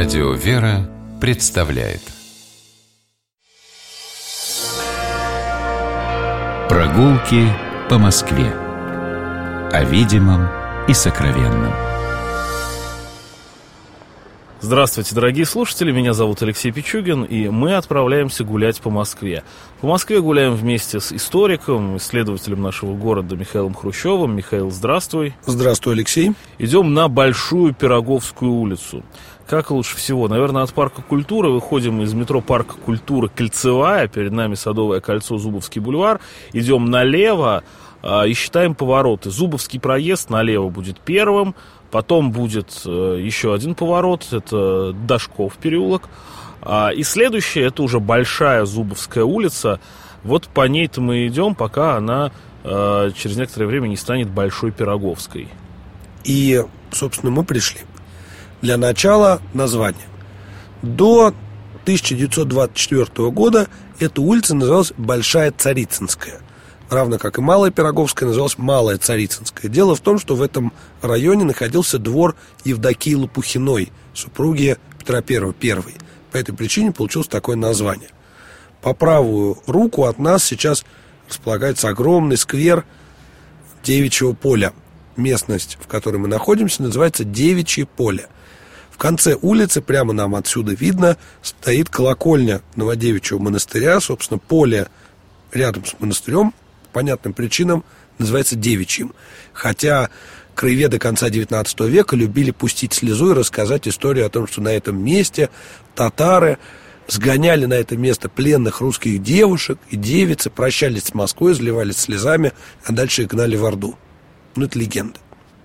Радио «Вера» представляет Прогулки по Москве. О видимом и сокровенном. Здравствуйте, дорогие слушатели, меня зовут Алексей Пичугин, и мы отправляемся гулять по Москве. По Москве гуляем вместе с историком, исследователем нашего города Михаилом Хрущевым. Михаил, здравствуй. Здравствуй, Алексей. Идем на Большую Пироговскую улицу. Как лучше всего? Наверное, от Парка культуры. Выходим из метро Парка культуры Кольцевая, перед нами Садовое кольцо, Зубовский бульвар. Идем налево и считаем повороты. Зубовский проезд налево будет первым. Потом будет еще один поворот, это Дашков переулок. И следующее, это уже Большая Зубовская улица. Вот по ней-то мы идем, пока она через некоторое время не станет Большой Пироговской. И, собственно, мы пришли. Для начала название. До 1924 года эта улица называлась Большая Царицынская. Равно как и Малая Пироговская называлась Малая Царицынская. Дело в том, что в этом районе находился двор Евдокии Лопухиной, супруги Петра I. По этой причине получилось такое название. По правую руку от нас сейчас располагается огромный сквер Девичьего поля. Местность, в которой мы находимся, называется Девичье поле. В конце улицы, прямо нам отсюда видно, стоит колокольня Новодевичьего монастыря. Собственно, поле рядом с монастырем по понятным причинам называется Девичьим. Хотя краеведы конца XIX века любили пустить слезу и рассказать историю о том, что на этом месте татары сгоняли на это место пленных русских девушек, и девицы прощались с Москвой, заливались слезами, а дальше их гнали в Орду. Ну, это легенда.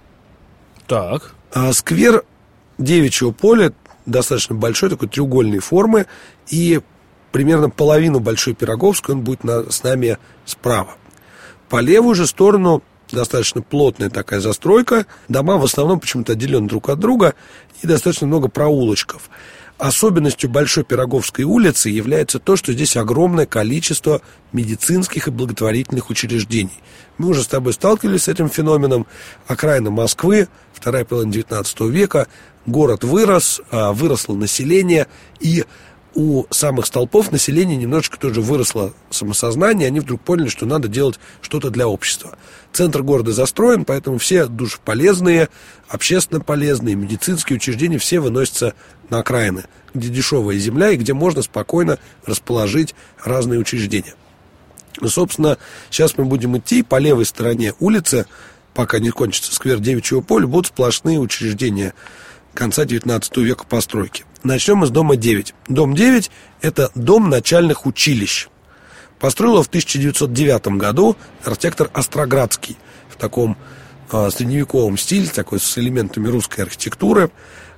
Так. Сквер Девичьего поля достаточно большой, такой треугольной формы, и примерно половину Большой Пироговской он будет с нами справа. По левую же сторону достаточно плотная такая застройка. Дома в основном почему-то отделены друг от друга, и достаточно много проулочков. Особенностью Большой Пироговской улицы является то, что здесь огромное количество медицинских и благотворительных учреждений. Мы уже с тобой сталкивались с этим феноменом. Окраина Москвы, вторая половина XIX века, город вырос, выросло население, и у самых столпов населения немножечко тоже выросло самосознание, они вдруг поняли, что надо делать что-то для общества. Центр города застроен, поэтому все душеполезные, общественно полезные, медицинские учреждения все выносятся на окраины, где дешевая земля и где можно спокойно расположить разные учреждения. Ну, собственно, сейчас мы будем идти по левой стороне улицы, пока не кончится сквер Девичьего поля, будут сплошные учреждения конца XIX века постройки. Начнем мы с дома 9. Дом 9 – это дом начальных училищ. Построил его в 1909 году архитектор Остроградский в таком средневековом стиле, такой с элементами русской архитектуры.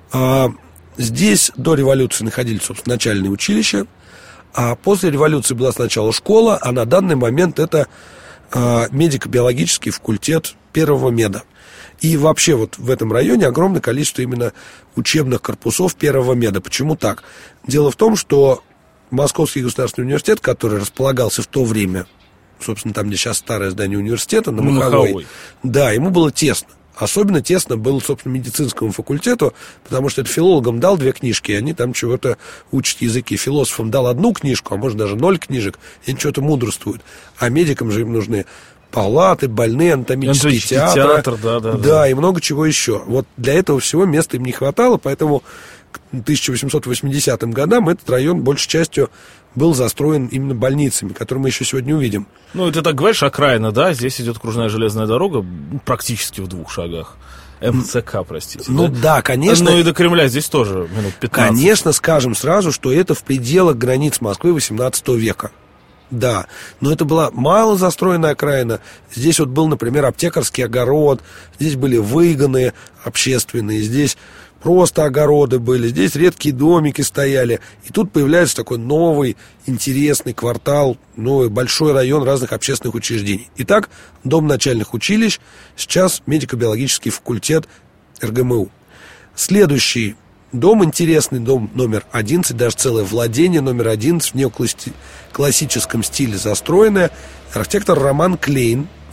Здесь до революции находились, собственно, начальные училища, а после революции была сначала школа, а на данный момент это медико-биологический факультет первого меда. И вообще вот в этом районе огромное количество именно учебных корпусов первого меда. Почему так? Дело в том, что Московский государственный университет, который располагался в то время, собственно, там, где сейчас старое здание университета, на Маховой, да, ему было тесно. Особенно тесно было, собственно, медицинскому факультету, потому что это филологам дал 2 книжки, и они там чего-то учат языки. Философам дал 1 книжку, а может даже 0 книжек, и они что-то мудрствуют. А медикам же им нужны палаты, больные, анатомический театр, да, и много чего еще. Вот для этого всего места им не хватало, поэтому к 1880 годам этот район большей частью был застроен именно больницами, которые мы еще сегодня увидим. Ну, это так говоришь, окраина, да? Здесь идет окружная железная дорога практически в 2 шагах. МЦК, простите. Ну да, конечно. Ну и до Кремля здесь тоже минут 15. Конечно, скажем сразу, что это в пределах границ Москвы XVIII века. Да, но это была мало застроенная окраина. Здесь вот был, например, аптекарский огород, здесь были выгоны общественные, здесь просто огороды были, здесь редкие домики стояли. И тут появляется такой новый, интересный квартал, новый большой район разных общественных учреждений. Итак, дом начальных училищ, сейчас медико-биологический факультет РГМУ. Следующий дом интересный, дом номер 11, даже целое владение номер 11 в неоклассическом стиле застроенное. Архитектор Роман Клейн в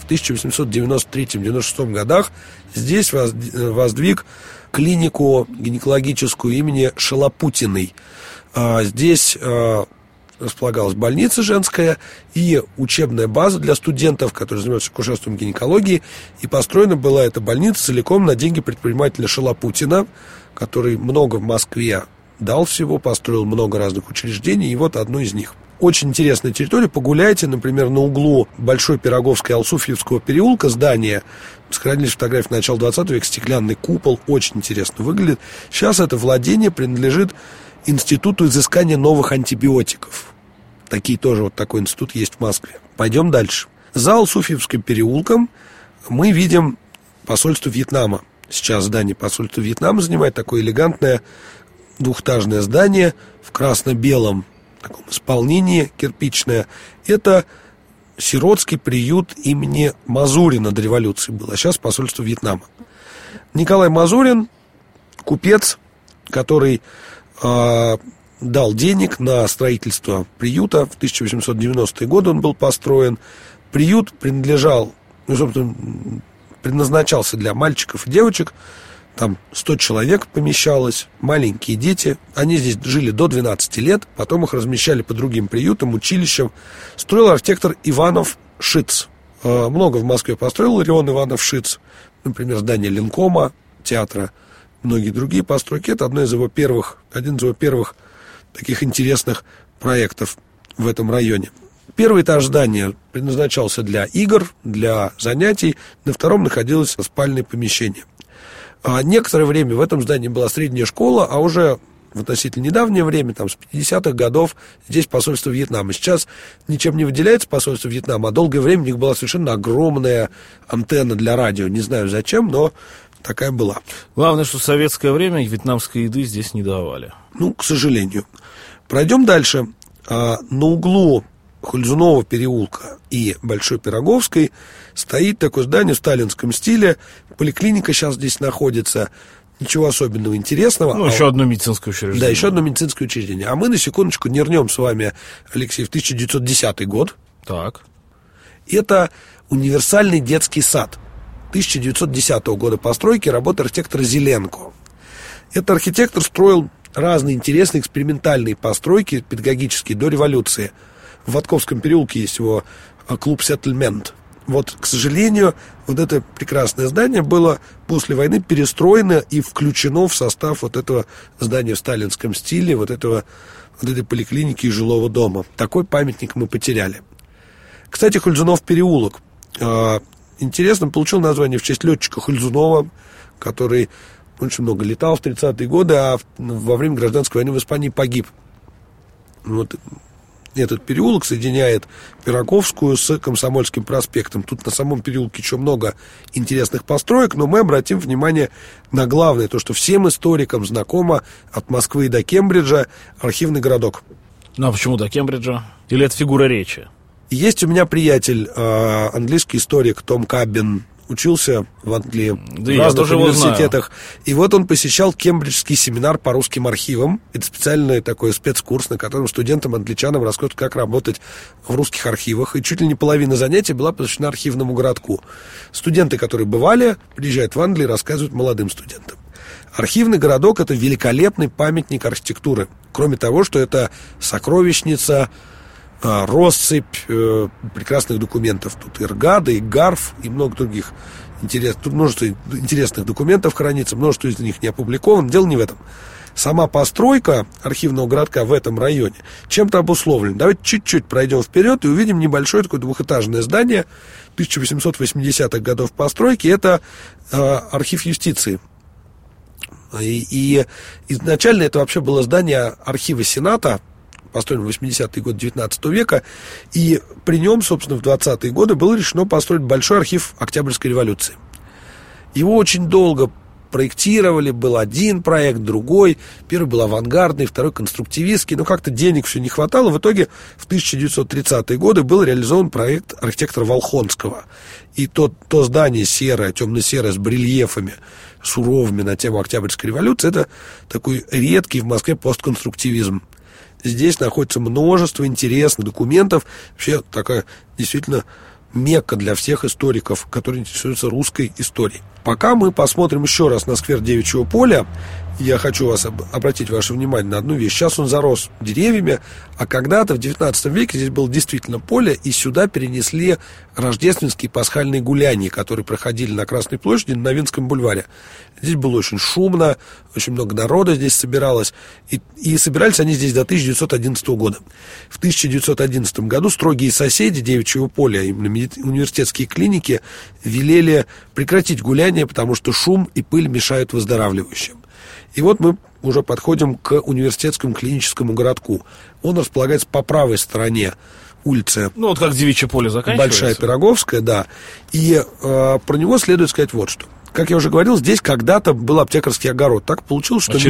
в 1893-96 годах здесь воздвиг клинику гинекологическую имени Шалопутиной. Здесь располагалась больница женская и учебная база для студентов, которые занимаются акушерством, гинекологией. И построена была эта больница целиком на деньги предпринимателя Шалопутина, который много в Москве дал всего, построил много разных учреждений, и вот одно из них. Очень интересная территория. Погуляйте, например, на углу Большой Пироговской и Алсуфьевского переулка здание. Сохранились фотографии начала 20 века, стеклянный купол, очень интересно выглядит. Сейчас это владение принадлежит Институту изыскания новых антибиотиков. Такой институт есть в Москве. Пойдем дальше. За Алсуфьевским переулком мы видим посольство Вьетнама. Сейчас здание посольства Вьетнама занимает такое элегантное двухэтажное здание в красно-белом таком исполнении, кирпичное. Это сиротский приют имени Мазурина до революции был, а сейчас посольство Вьетнама. Николай Мазурин, купец, который дал денег на строительство приюта. В 1890-е годы он был построен. Приют предназначался для мальчиков и девочек. Там 100 человек помещалось, маленькие дети. Они здесь жили до 12 лет. Потом их размещали по другим приютам, училищам. Строил архитектор Иванов Шиц. Много в Москве построил Ларион Иванов Шиц. Например, здание Ленкома, театра, многие другие постройки. Это один из его первых таких интересных проектов в этом районе. Первый этаж здания предназначался для игр, для занятий. На втором находилось спальное помещение. Некоторое время в этом здании была средняя школа, а уже в относительно недавнее время, с 50-х годов, здесь посольство Вьетнама. Сейчас ничем не выделяется посольство Вьетнама, а долгое время у них была совершенно огромная антенна для радио. Не знаю зачем, но такая была. Главное, что в советское время вьетнамской еды здесь не давали. К сожалению. Пройдем дальше. На углу Хульзунова переулка и Большой Пироговской стоит такое здание в сталинском стиле. Поликлиника сейчас здесь находится. Ничего особенного интересного. Еще одно медицинское учреждение. Да, еще одно медицинское учреждение. А мы на секундочку нырнем с вами, Алексей, в 1910 год. Так. Это универсальный детский сад 1910 года постройки, работы архитектора Зеленко. Этот архитектор строил разные интересные экспериментальные постройки педагогические до революции. В Ватковском переулке есть его клуб «Сеттельмент». К сожалению, это прекрасное здание было после войны перестроено и включено в состав этого здания в сталинском стиле, этой поликлиники и жилого дома. Такой памятник мы потеряли. Кстати, Хульзунов переулок. Интересно, получил название в честь летчика Хульзунова, который очень много летал в 30-е годы, а во время гражданской войны в Испании погиб. Этот переулок соединяет Пироговскую с Комсомольским проспектом. Тут на самом переулке еще много интересных построек, но мы обратим внимание на главное, то, что всем историкам знакомо от Москвы до Кембриджа архивный городок. А почему до Кембриджа? Или это фигура речи? Есть у меня приятель, английский историк Том Каббин, учился в Англии, в разных университетах. И он посещал Кембриджский семинар по русским архивам. Это специальный такой спецкурс, на котором студентам-англичанам рассказывают, как работать в русских архивах. И чуть ли не половина занятий была посвящена архивному городку. Студенты, которые бывали, приезжают в Англию и рассказывают молодым студентам. Архивный городок – это великолепный памятник архитектуры. Кроме того, что это сокровищница, россыпь прекрасных документов. Тут и РГАДа, и ГАРФ, и много других интересных. Тут множество интересных документов хранится, множество из них не опубликовано. Дело не в этом. Сама постройка архивного городка в этом районе чем-то обусловлена. Давайте чуть-чуть пройдем вперед и увидим небольшое такое двухэтажное здание 1880-х годов постройки. Это архив юстиции. И изначально это вообще было здание архива Сената, построен в 80-е годы 19 века, и при нем, собственно, в 20-е годы было решено построить большой архив Октябрьской революции. Его очень долго проектировали, был один проект, другой. Первый был авангардный, второй конструктивистский, но как-то денег все не хватало. В итоге в 1930-е годы был реализован проект архитектора Волхонского. И то здание серое, темно-серое, с барельефами суровыми на тему Октябрьской революции, это такой редкий в Москве постконструктивизм. Здесь находится множество интересных документов. Вообще такая действительно мекка для всех историков, которые интересуются русской историей. Пока мы посмотрим еще раз на сквер Девичьего поля, я хочу вас обратить ваше внимание на одну вещь. Сейчас он зарос деревьями, а когда-то в XIX веке здесь было действительно поле, и сюда перенесли рождественские пасхальные гуляния, которые проходили на Красной площади, на Новинском бульваре. Здесь было очень шумно, очень много народа здесь собиралось, и собирались они здесь до 1911 года. В 1911 году строгие соседи Девичьего поля, именно университетские клиники, велели прекратить гуляния, потому что шум и пыль мешают выздоравливающим. И вот мы уже подходим к университетскому клиническому городку. Он располагается по правой стороне улицы. Ну, вот как Девичье поле заканчивается. Большая Пироговская, да. И про него следует сказать вот что. Как я уже говорил, здесь когда-то был аптекарский огород. Так получилось, что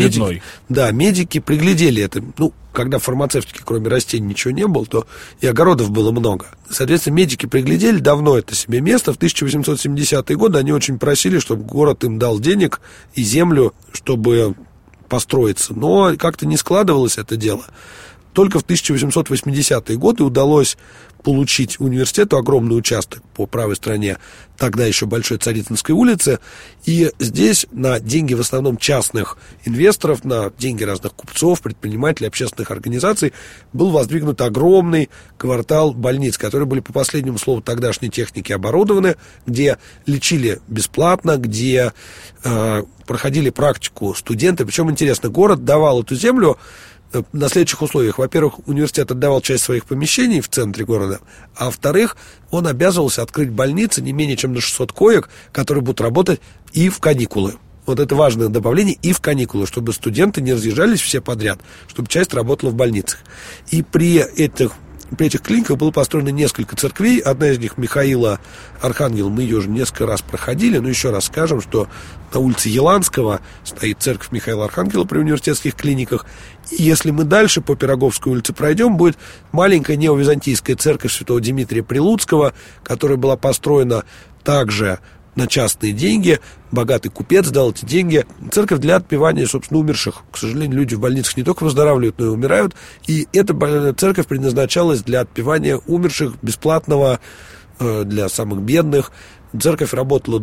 медики приглядели это. Ну, когда в фармацевтике, кроме растений, ничего не было, то и огородов было много. Соответственно, медики приглядели давно это себе место. В 1870-е годы они очень просили, чтобы город им дал денег и землю, чтобы построиться. Но как-то не складывалось это дело. Только в 1880-е годы удалось получить университету огромный участок по правой стороне, тогда еще Большой Царицынской улицы. И здесь на деньги в основном частных инвесторов, на деньги разных купцов, предпринимателей, общественных организаций был воздвигнут огромный квартал больниц, которые были, по последнему слову тогдашней техники, оборудованы, где лечили бесплатно, где проходили практику студенты. Причем, интересно, город давал эту землю на следующих условиях. Во-первых, университет отдавал часть своих помещений в центре города, а во-вторых, он обязывался открыть больницы не менее чем на 600 коек, которые будут работать и в каникулы. Вот это важное добавление, и в каникулы, чтобы студенты не разъезжались все подряд, чтобы часть работала в больницах. И при этих клиниках было построено несколько церквей. Одна из них Михаила Архангела, мы ее уже несколько раз проходили, но еще раз скажем, что на улице Еланского стоит церковь Михаила Архангела при университетских клиниках. И если мы дальше по Пироговской улице пройдем, будет маленькая неовизантийская церковь святого Дмитрия Прилуцкого, которая была построена также на частные деньги. Богатый купец дал эти деньги. Церковь для отпевания, собственно, умерших. К сожалению, люди в больницах не только выздоравливают, но и умирают. И эта церковь предназначалась для отпевания умерших, бесплатного, для самых бедных. Церковь работала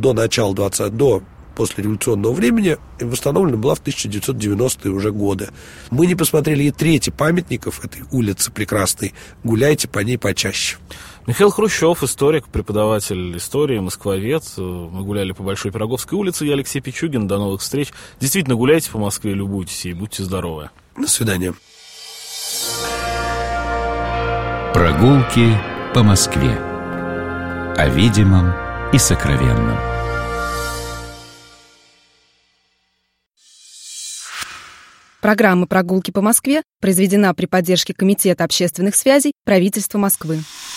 до послереволюционного времени, и восстановлена была в 1990-е уже годы. Мы не посмотрели и трети памятников этой улицы прекрасной. Гуляйте по ней почаще. Михаил Хрущев, историк, преподаватель истории, москвовед. Мы гуляли по Большой Пироговской улице. Я Алексей Пичугин. До новых встреч. Действительно, гуляйте по Москве, любуйтесь и будьте здоровы. До свидания. Прогулки по Москве. О видимом и сокровенном. Программа «Прогулки по Москве» произведена при поддержке Комитета общественных связей правительства Москвы.